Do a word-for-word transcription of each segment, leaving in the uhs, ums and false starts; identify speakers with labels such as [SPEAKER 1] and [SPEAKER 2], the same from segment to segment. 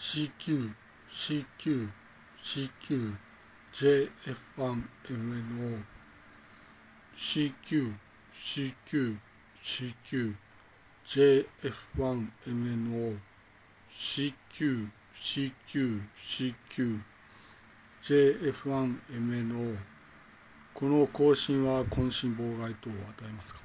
[SPEAKER 1] シーキュー、シーキュー、シーキュー、ジェイエフワンエムエヌオー、シーキュー、シーキュー、シーキュー、ジェイエフワンエムエヌオー、シーキュー、シーキュー、シーキュー、ジェイエフワンエムエヌオー、この更新は渾身妨害等を与えますか。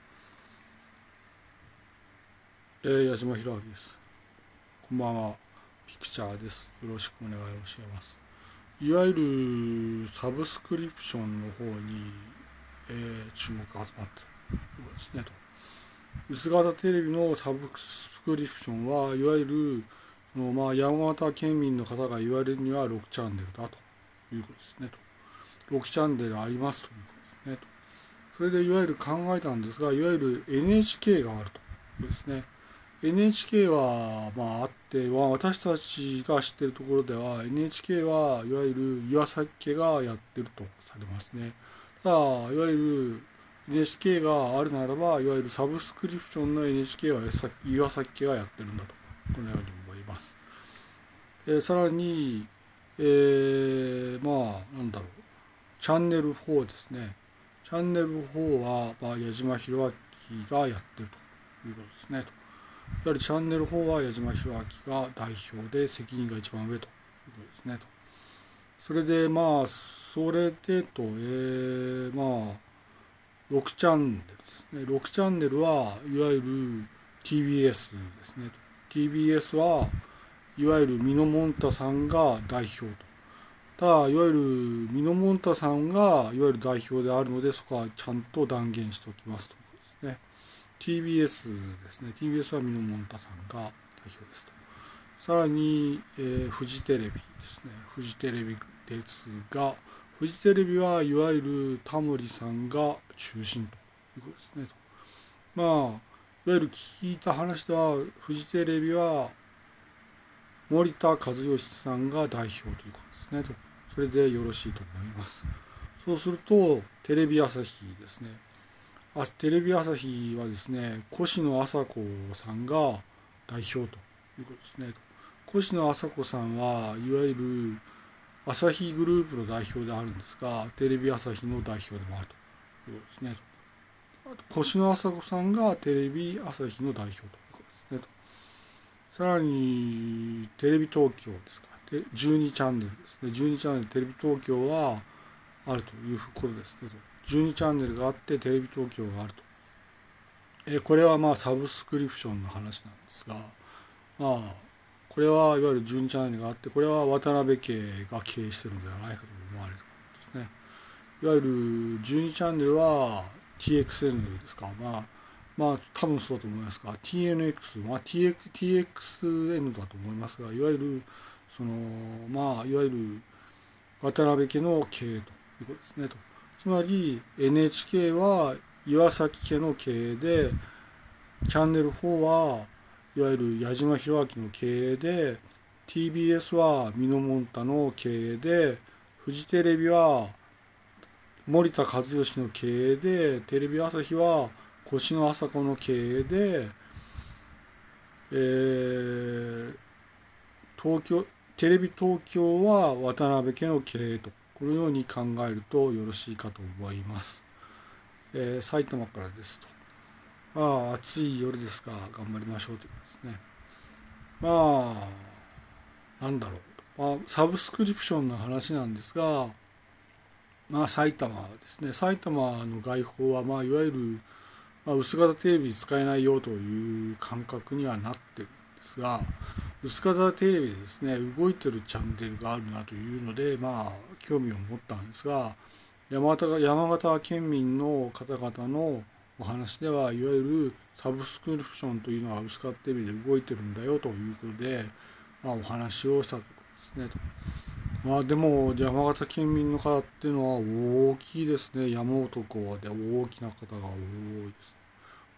[SPEAKER 1] えー、矢島弘明です。こんばんは。ピクチャーです。よろしくお願いをします。いわゆるサブスクリプションの方に、えー、注目が集まっているようですねと。薄型テレビのサブスクリプションはいわゆるその、まあ、山形県民の方が言われるにはろくチャンネルだということですねと。ろくチャンネルありますということですねと。それでいわゆる考えたんですが、いわゆる エヌエイチケー があるというですね。エヌエイチケー はまああって、まあ、私たちが知っているところでは エヌエイチケー はいわゆる岩崎家がやってるとされますね。ただいわゆる エヌエイチケー があるならば、いわゆるサブスクリプションの エヌエイチケー は岩崎家がやってるんだと、このように思います。えー、さらに、えー、まあなんだろう、チャンネルフォーですね。チャンネルフォーは、まあ、矢島弘明がやってるということですねと。やはりチャンネルフォーは矢島弘明が代表で責任が一番上ということですねと。それでまあそれでと、えー、まあろくチャンネルですね。ろくチャンネルはいわゆる ティービーエス ですねと。ティービーエス はいわゆるミノモンタさんが代表と。ただいわゆるミノモンタさんがいわゆる代表であるので、そこはちゃんと断言しておきますということですね。ティービーエス ですね。ティービーエス はミノモンタさんが代表ですと。さらに、えー、フジテレビですね。フジテレビですが、フジテレビはいわゆるタモリさんが中心ということですねと。まあ、いわゆる聞いた話では、フジテレビは森田和義さんが代表ということですねと。それでよろしいと思います。そうすると、テレビ朝日ですね。あテレビ朝日はですね、越野朝子さんが代表ということですね。越野朝子さんはいわゆる朝日グループの代表であるんですが、テレビ朝日の代表でもあるということですね。越野朝子さんがテレビ朝日の代表ということですね。さらにテレビ東京ですか、じゅうにチャンネルですね。じゅうにチャンネルテレビ東京はあるということですね。じゅうにチャンネルがあってテレビ東京があると。えこれはまあサブスクリプションの話なんですが、まあこれはいわゆるじゅうにチャンネルがあって、これは渡辺家が経営しているのではないかと思われることですね。いわゆるじゅうにチャンネルは ティーエックスエヌ ですか。まあまあ多分そうだと思いますが、 ティーエヌエックス、まあ ティーエックスエヌ だと思いますが、いわゆるそのまあいわゆる渡辺家の経営ということですねと。つまり エヌエイチケー は岩崎家の経営で、チャンネルフォーはいわゆる矢島弘明の経営で、 ティービーエス はミノモンタの経営で、フジテレビは森田和義の経営で、テレビ朝日は越野朝子の経営で、えー、東京テレビ東京は渡辺家の経営と、このように考えるとよろしいかと思います。えー、埼玉からですと。まあ暑い夜ですが頑張りましょうということですね。まあなんだろう、まあ、サブスクリプションの話なんですが、まあ埼玉ですね。埼玉の外報はまあいわゆる、まあ、薄型テレビ使えないよという感覚にはなってるんですが、薄型テレビでですね動いてるチャンネルがあるなというので、まあ興味を持ったんですが、山形山形県民の方々のお話では、いわゆるサブスクリプションというのは薄型テレビで動いてるんだよということで、まあ、お話をしたということですね。まあでも山形県民の方っていうのは大きいですね。山男で大きな方が多いです。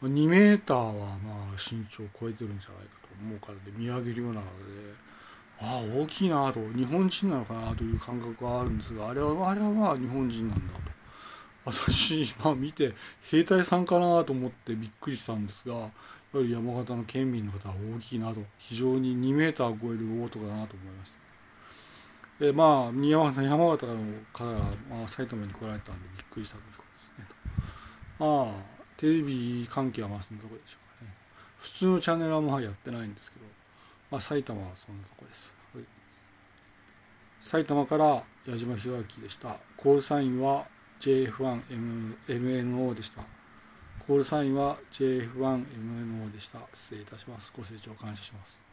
[SPEAKER 1] にメーターはまあ身長を超えてるんじゃないかと思うからで、見上げるようなので、ああ大きいなと、日本人なのかなという感覚があるんですが、あれはあれはまあ日本人なんだと。私、まあ見て兵隊さんかなと思ってびっくりしたんですが、 ぱり山形の県民の方は大きいなと、非常ににメーター超える大男だなと思いました。でまあ山形山形の方が、まあ、埼玉に来られたんでびっくりしたということですね。まあテレビ関係はまあそのところでしょうかね。普通のチャンネルはもうやってないんですけど、まあ、埼玉はそんなところです。はい、埼玉から矢島弘明でした。コールサインは ジェイエフワンエムエヌオー でした。コールサインは ジェイエフワンエムエヌオー でした。失礼いたします。ご清聴感謝します。